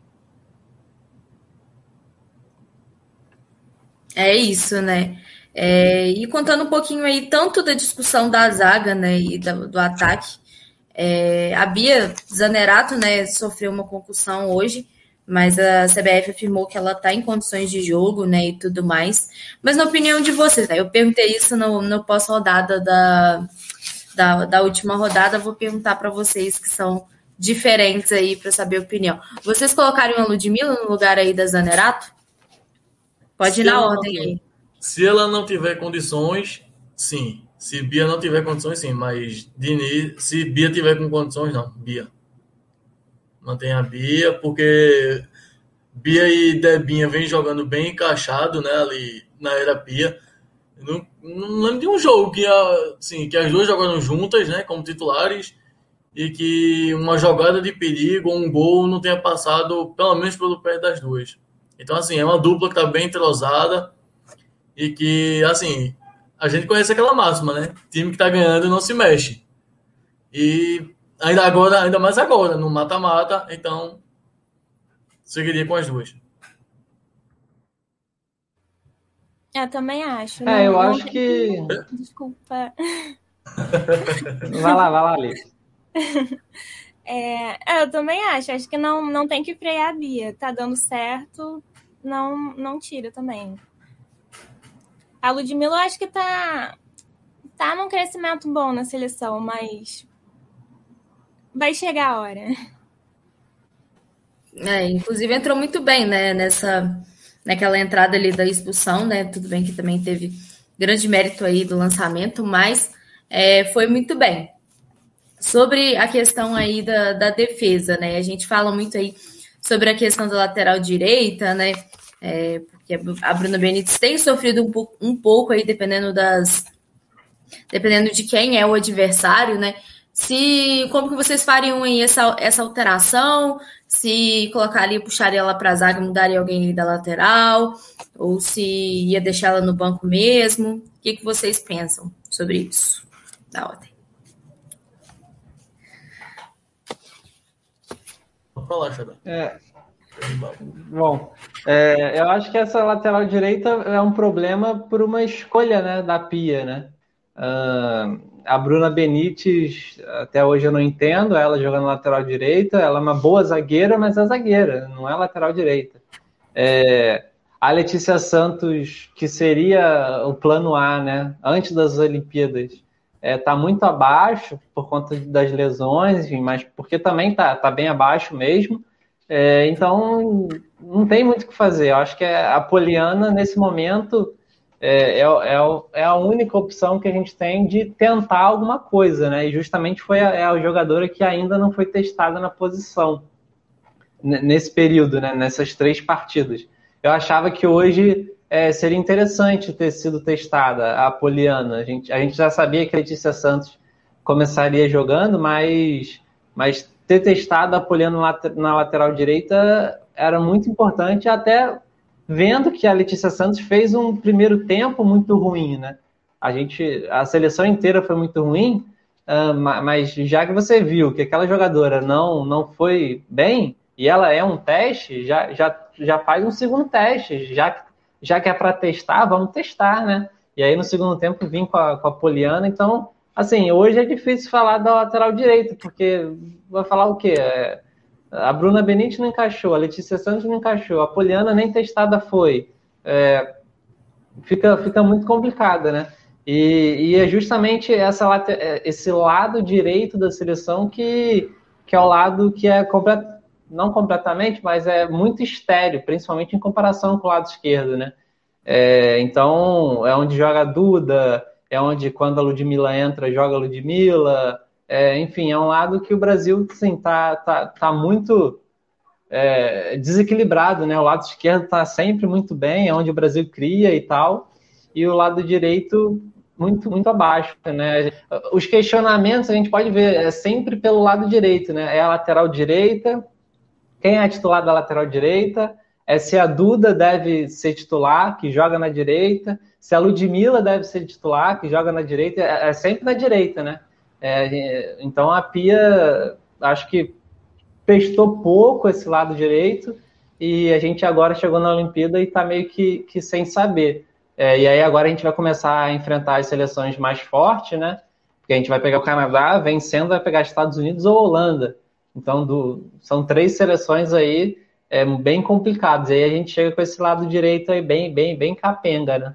É isso, né? E contando um pouquinho aí, tanto da discussão da zaga, né, e do ataque, a Bia Zanerato, né, sofreu uma concussão hoje, mas a CBF afirmou que ela está em condições de jogo, né, e tudo mais. Mas na opinião de vocês, né, eu perguntei isso no pós-rodada da última rodada, vou perguntar para vocês que são diferentes aí para saber a opinião. Vocês colocariam a Ludmilla no lugar aí da Zanerato? Pode ir na ordem aí. Se ela não tiver condições, sim. Se Bia não tiver condições, sim. Mas se Bia tiver com condições, não. Bia. Mantenha a Bia, porque Bia e Debinha vem jogando bem encaixado, né, ali na era Pia. Não lembro de um jogo que as duas jogaram juntas, né, como titulares, e que uma jogada de perigo, um gol, não tenha passado, pelo menos pelo pé das duas. Então, assim, é uma dupla que está bem entrosada e que, assim, a gente conhece aquela máxima, né? Time que está ganhando não se mexe. E ainda mais agora, no mata-mata, então seguiria com as duas. Eu também acho. Eu acho que... Desculpa. Vai lá, Alice. Eu também acho. Acho que não tem que frear a Bia. Tá dando certo, não tira também. A Ludmilla, eu acho que tá num crescimento bom na seleção, mas vai chegar a hora. Inclusive entrou muito bem, né, naquela entrada ali da expulsão, né? Tudo bem que também teve grande mérito aí do lançamento, mas foi muito bem. Sobre a questão aí da defesa, né? A gente fala muito aí sobre a questão da lateral direita, né? Porque a Bruna Benítez tem sofrido um pouco aí, dependendo de quem é o adversário, né? Como que vocês fariam aí essa alteração? Se colocaria, puxaria ela para a zaga, mudaria alguém aí da lateral? Ou se ia deixar ela no banco mesmo? O que vocês pensam sobre isso? Da ordem. Vou falar, Xadá. Bom, eu acho que essa lateral direita é um problema por uma escolha, né, da Pia, né? A Bruna Benítez, até hoje eu não entendo ela jogando lateral direita. Ela é uma boa zagueira, mas é zagueira, não é lateral direita. A Letícia Santos, que seria o plano A, né, antes das Olimpíadas, tá muito abaixo por conta das lesões, mas porque também tá bem abaixo mesmo. Então, não tem muito o que fazer. Eu acho que a Poliana, nesse momento, é a única opção que a gente tem de tentar alguma coisa, né? E justamente foi a jogadora que ainda não foi testada na posição nesse período, né? Nessas 3 partidas. Eu achava que hoje seria interessante ter sido testada a Poliana. A gente já sabia que a Letícia Santos começaria jogando, mas ter testado a Poliana na lateral direita era muito importante, até vendo que a Letícia Santos fez um primeiro tempo muito ruim, né? A seleção inteira foi muito ruim, mas já que você viu que aquela jogadora não foi bem, e ela é um teste, já faz um segundo teste, já que é para testar, vamos testar, né? E aí no segundo tempo vim com a Poliana. Então, assim, hoje é difícil falar da lateral direita, porque vai falar o quê? A Bruna Benítez não encaixou, a Letícia Santos não encaixou, a Poliana nem testada foi. Fica muito complicada, né? E é justamente esse lado direito da seleção que é o lado que não completamente, mas é muito estéril, principalmente em comparação com o lado esquerdo, né? Então, é onde joga a Duda, é onde, quando a Ludmilla entra, joga a Ludmilla. Enfim, é um lado que o Brasil, assim, tá muito desequilibrado, né? O lado esquerdo está sempre muito bem, é onde o Brasil cria e tal, e o lado direito muito, muito abaixo, né? Os questionamentos a gente pode ver sempre pelo lado direito, né? É a lateral direita, quem é a titular da lateral direita, se a Duda deve ser titular, que joga na direita, se a Ludmilla deve ser titular, que joga na direita, é sempre na direita, né? Então a Pia, acho que testou pouco esse lado direito, e a gente agora chegou na Olimpíada e está meio que sem saber. E aí agora a gente vai começar a enfrentar as seleções mais fortes, né? Porque a gente vai pegar o Canadá, vencendo, vai pegar Estados Unidos ou Holanda. Então, são 3 seleções aí bem complicadas. E aí a gente chega com esse lado direito aí bem capenga, né?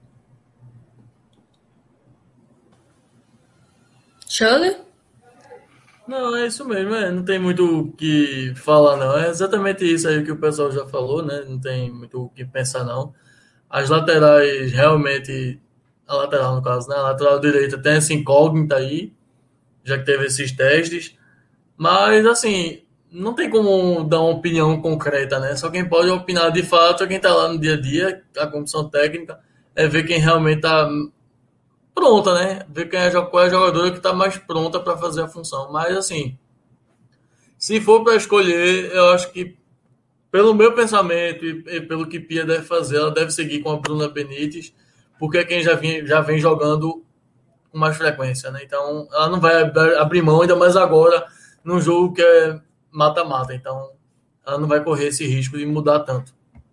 Shirley? Não, é isso mesmo, não tem muito o que falar, não. É exatamente isso aí que o pessoal já falou, né? Não tem muito o que pensar, não. As laterais, realmente, a lateral, no caso, né? A lateral direita tem essa incógnita aí, já que teve esses testes. Mas, assim, não tem como dar uma opinião concreta, né? Só quem pode opinar de fato é quem tá lá no dia a dia, a comissão técnica, ver quem realmente tá pronta, né? Ver qual é a jogadora que tá mais pronta para fazer a função. Mas, assim, se for para escolher, eu acho que, pelo meu pensamento e pelo que Pia deve fazer, ela deve seguir com a Bruna Benítez, porque é quem já vem jogando com mais frequência, né? Então, ela não vai abrir mão, ainda mais agora, num jogo que é mata-mata. Então, ela não vai correr esse risco de mudar tanto.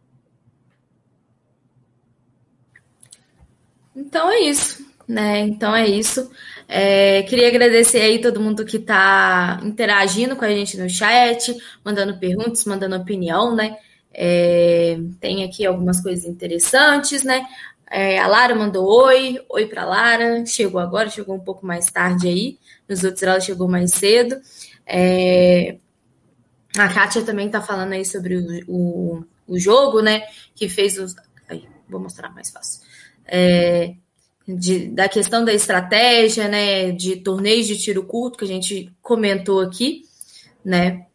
Então é isso, né? Então é isso. Queria agradecer aí todo mundo que está interagindo com a gente no chat, mandando perguntas, mandando opinião, né? Tem aqui algumas coisas interessantes, né? A Lara mandou oi para Lara, chegou agora, chegou um pouco mais tarde aí, nos outros ela chegou mais cedo. A Kátia também está falando aí sobre o jogo, né? Que fez os. Aí, vou mostrar mais fácil. da questão da estratégia, né, de torneios de tiro curto, que a gente comentou aqui, né,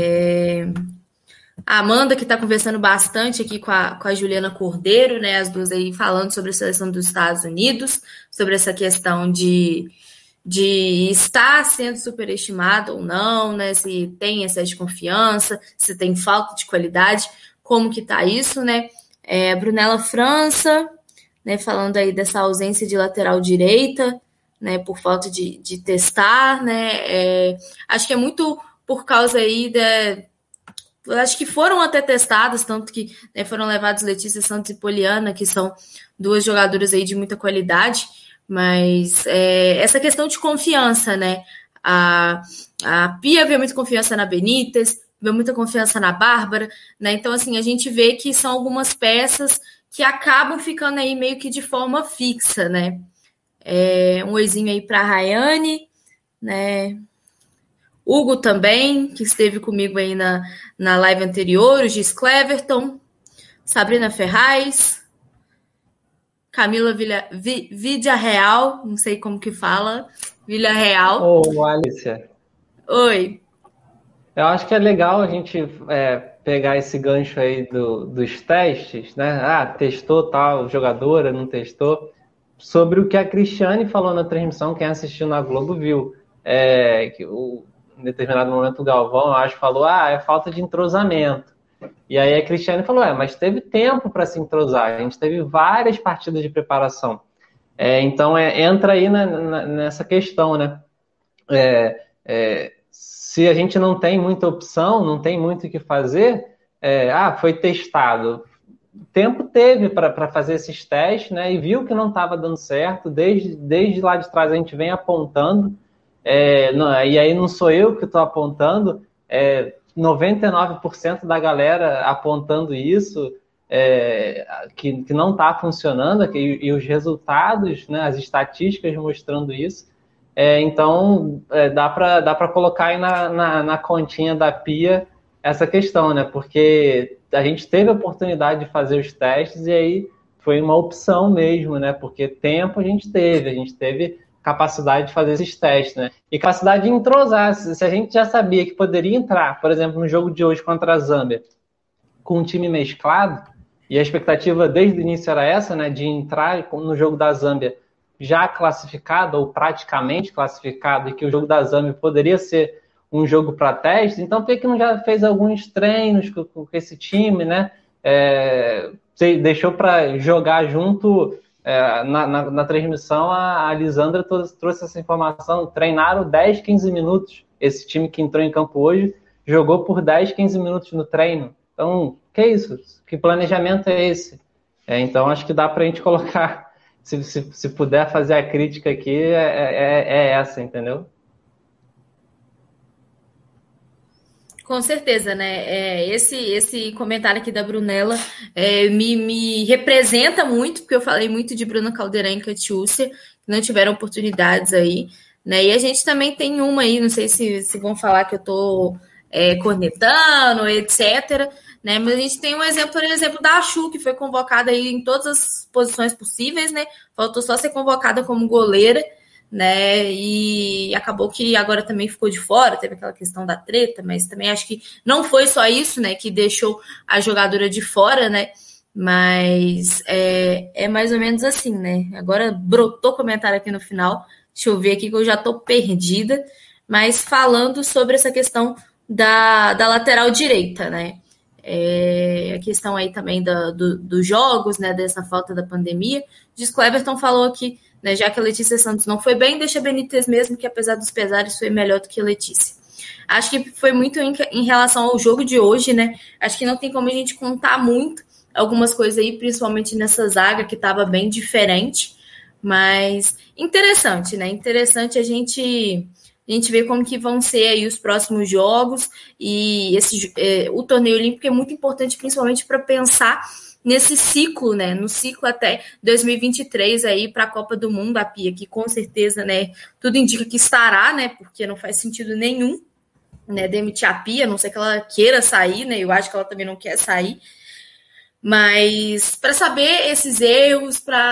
a Amanda, que está conversando bastante aqui com a Juliana Cordeiro, né, as duas aí falando sobre a seleção dos Estados Unidos, sobre essa questão de estar sendo superestimado ou não, né, se tem excesso de confiança, se tem falta de qualidade, como que tá isso, né, Brunella França, né, falando aí dessa ausência de lateral direita, né, por falta de testar, né, acho que é muito por causa aí acho que foram até testadas, tanto que, né, foram levados Letícia Santos e Poliana, que são duas jogadoras aí de muita qualidade, mas essa questão de confiança, né, a Pia vê muita confiança na Benítez, vê muita confiança na Bárbara, né, então assim, a gente vê que são algumas peças que acabam ficando aí meio que de forma fixa, né, um oizinho aí para a Rayane, né, Hugo também, que esteve comigo aí na live anterior, o Gis Cleverton, Sabrina Ferraz, Camila Villarreal, não sei como que fala, Villarreal. Ô, Alicia. Oi. Eu acho que é legal a gente pegar esse gancho aí dos testes, né? Testou tal jogadora, não testou. Sobre o que a Cristiane falou na transmissão, quem assistiu na Globo viu. Que em determinado momento o Galvão, eu acho, falou, é falta de entrosamento. E aí a Cristiane falou, mas teve tempo para se entrosar, a gente teve várias partidas de preparação. Então entra aí nessa questão, né? Se a gente não tem muita opção, não tem muito o que fazer, foi testado. Tempo teve para fazer esses testes, né? E viu que não estava dando certo, desde lá de trás a gente vem apontando, e aí não sou eu que estou apontando, 99% da galera apontando isso, que não está funcionando, e os resultados, né, as estatísticas mostrando isso. Então, dá para colocar aí na continha da Pia essa questão, né? Porque a gente teve a oportunidade de fazer os testes e aí foi uma opção mesmo, né? Porque tempo a gente teve capacidade de fazer esses testes, né? E capacidade de entrosar. Se a gente já sabia que poderia entrar, por exemplo, no jogo de hoje contra a Zâmbia, com um time mesclado, e a expectativa desde o início era essa, né? De entrar no jogo da Zâmbia já classificado, ou praticamente classificado, e que o jogo da Zâmbia poderia ser um jogo para teste, então por que não já fez alguns treinos com esse time, né? Deixou para jogar junto. Na transmissão, a Lisandra trouxe essa informação, treinaram 10, 15 minutos, esse time que entrou em campo hoje, jogou por 10, 15 minutos no treino. Então, que isso? Que planejamento é esse? Então, acho que dá para a gente colocar, se puder fazer a crítica aqui, é essa, entendeu? Com certeza, né? Esse comentário aqui da Brunella me representa muito, porque eu falei muito de Bruna Caldeirão e Catiúcia, que não tiveram oportunidades aí, né? E a gente também tem uma aí, não sei se vão falar que eu tô cornetando, etc., né? Mas a gente tem um exemplo, por exemplo, da Achu, que foi convocada aí em todas as posições possíveis, né? Faltou só ser convocada como goleira, né, e acabou que agora também ficou de fora, teve aquela questão da treta, mas também acho que não foi só isso, né, que deixou a jogadora de fora, né, mas é mais ou menos assim, né, agora brotou comentário aqui no final, deixa eu ver aqui que eu já tô perdida, mas falando sobre essa questão da lateral direita, né, a questão aí também dos jogos, né, dessa falta da pandemia, o Cleverton falou aqui, né, já que a Letícia Santos não foi bem, deixa a Benítez mesmo, que apesar dos pesares foi melhor do que a Letícia. Acho que foi muito em relação ao jogo de hoje, né? Acho que não tem como a gente contar muito algumas coisas aí, principalmente nessa zaga que estava bem diferente, mas interessante, né? Interessante a gente ver como que vão ser aí os próximos jogos e o torneio olímpico é muito importante, principalmente para pensar nesse ciclo, né, no ciclo até 2023 aí para a Copa do Mundo, a Pia, que com certeza, né, tudo indica que estará, né, porque não faz sentido nenhum, né, demitir a Pia, a não ser que ela queira sair, né, eu acho que ela também não quer sair, mas para saber esses erros, para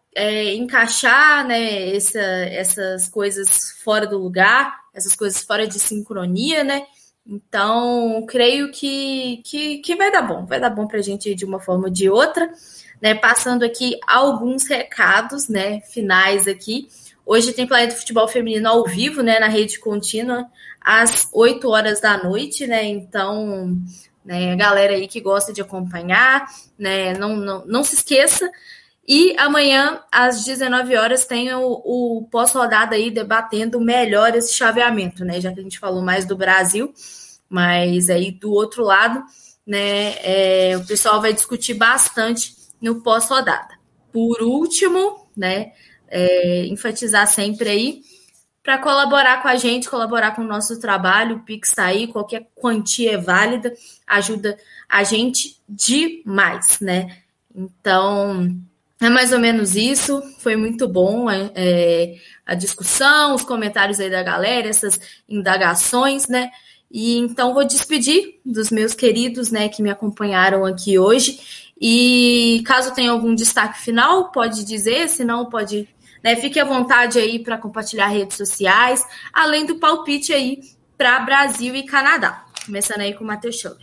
encaixar, né, essas coisas fora do lugar, essas coisas fora de sincronia, né? Então, creio que vai dar bom para a gente de uma forma ou de outra, né? Passando aqui alguns recados, né, finais aqui. Hoje tem Planeta Futebol Feminino ao vivo, né, na rede contínua, às 8 horas da noite, né? Então, né, a galera aí que gosta de acompanhar, né, não se esqueça. E amanhã, às 19 horas, tem o pós-rodada aí debatendo melhor esse chaveamento, né? Já que a gente falou mais do Brasil, mas aí do outro lado, né, o pessoal vai discutir bastante no pós-rodada. Por último, né, enfatizar sempre aí, para colaborar com a gente, colaborar com o nosso trabalho, o Pix está aí, qualquer quantia é válida, ajuda a gente demais, né? Então, é mais ou menos isso, foi muito bom a discussão, os comentários aí da galera, essas indagações, né? E então vou despedir dos meus queridos, né, que me acompanharam aqui hoje. E caso tenha algum destaque final, pode dizer, senão pode, né, fique à vontade aí para compartilhar redes sociais, além do palpite aí para Brasil e Canadá. Começando aí com o Matheus Scholler.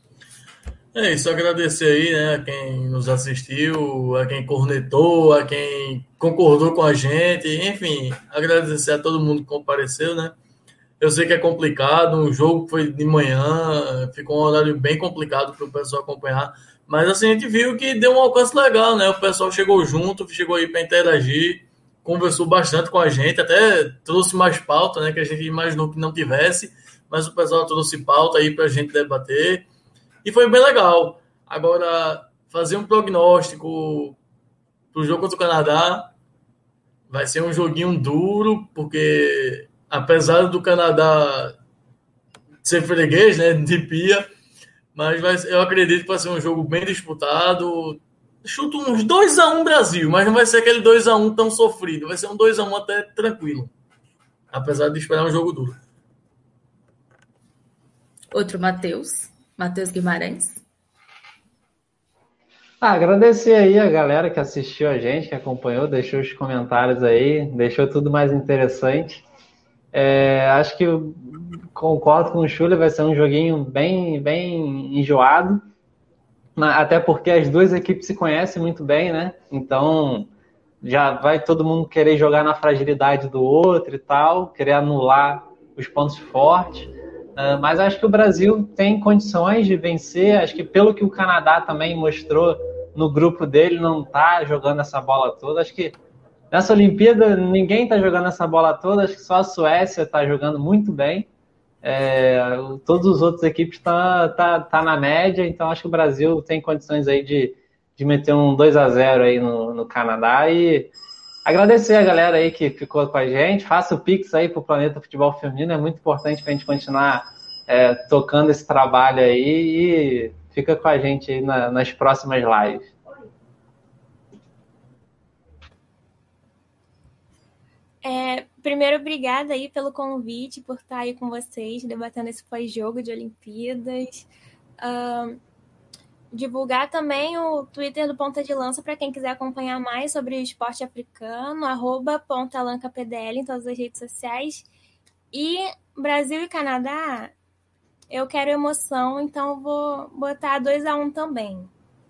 É isso, agradecer aí, né, a quem nos assistiu, a quem cornetou, a quem concordou com a gente, enfim, agradecer a todo mundo que compareceu, né? Eu sei que é complicado, o jogo foi de manhã, ficou um horário bem complicado para o pessoal acompanhar, mas assim, a gente viu que deu um alcance legal, né? O pessoal chegou junto, chegou aí para interagir, conversou bastante com a gente, até trouxe mais pauta, né, que a gente imaginou que não tivesse, mas o pessoal trouxe pauta aí para a gente debater. E foi bem legal. Agora, fazer um prognóstico para o jogo contra o Canadá vai ser um joguinho duro, porque apesar do Canadá ser freguês, né, de pia, mas eu acredito que vai ser um jogo bem disputado. Chuto uns 2-1 Brasil, mas não vai ser aquele 2-1 tão sofrido. Vai ser um 2-1 até tranquilo, apesar de esperar um jogo duro. Outro Matheus Guimarães. Agradecer aí a galera que assistiu a gente, que acompanhou, deixou os comentários aí, deixou tudo mais interessante. Acho que eu concordo com o Schuller, vai ser um joguinho bem, bem enjoado, até porque as duas equipes se conhecem muito bem, né? Então já vai todo mundo querer jogar na fragilidade do outro e tal, querer anular os pontos fortes. Mas acho que o Brasil tem condições de vencer. Acho que pelo que o Canadá também mostrou no grupo dele, não está jogando essa bola toda. Acho que nessa Olimpíada ninguém está jogando essa bola toda. Acho que só a Suécia está jogando muito bem. Todos os outros equipes tá na média. Então acho que o Brasil tem condições aí de meter um 2-0 aí no Canadá. E agradecer a galera aí que ficou com a gente. Faça o Pix aí pro Planeta Futebol Feminino. É muito importante para a gente continuar tocando esse trabalho aí. E fica com a gente aí nas próximas lives. Primeiro, obrigada aí pelo convite, por estar aí com vocês, debatendo esse pós-jogo de Olimpíadas. Divulgar também o Twitter do Ponta de Lança para quem quiser acompanhar mais sobre o esporte africano, @PontaLancaPDL em todas as redes sociais. E Brasil e Canadá, eu quero emoção, então vou botar 2-1 também.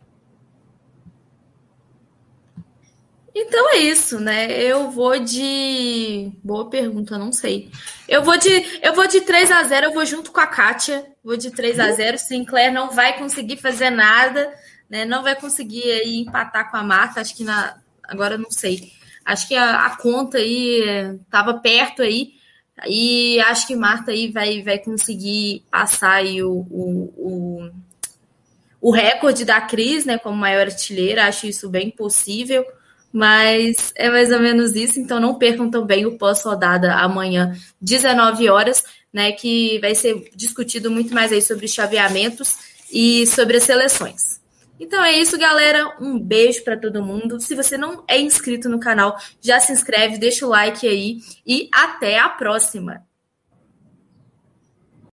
Então é isso, né? Eu vou de... Boa pergunta, não sei. Eu vou de 3-0, eu vou junto com a Kátia. Vou de 3-0. Sinclair não vai conseguir fazer nada, né? Não vai conseguir aí empatar com a Marta. Acho que agora eu não sei. Acho que a conta aí estava perto aí. E acho que Marta aí vai conseguir passar aí o recorde da Cris, né? Como maior artilheira. Acho isso bem possível. Mas é mais ou menos isso, então não percam também o pós-rodada amanhã, 19 horas, né, que vai ser discutido muito mais aí sobre chaveamentos e sobre as seleções. Então é isso, galera, um beijo para todo mundo. Se você não é inscrito no canal, já se inscreve, deixa o like aí e até a próxima!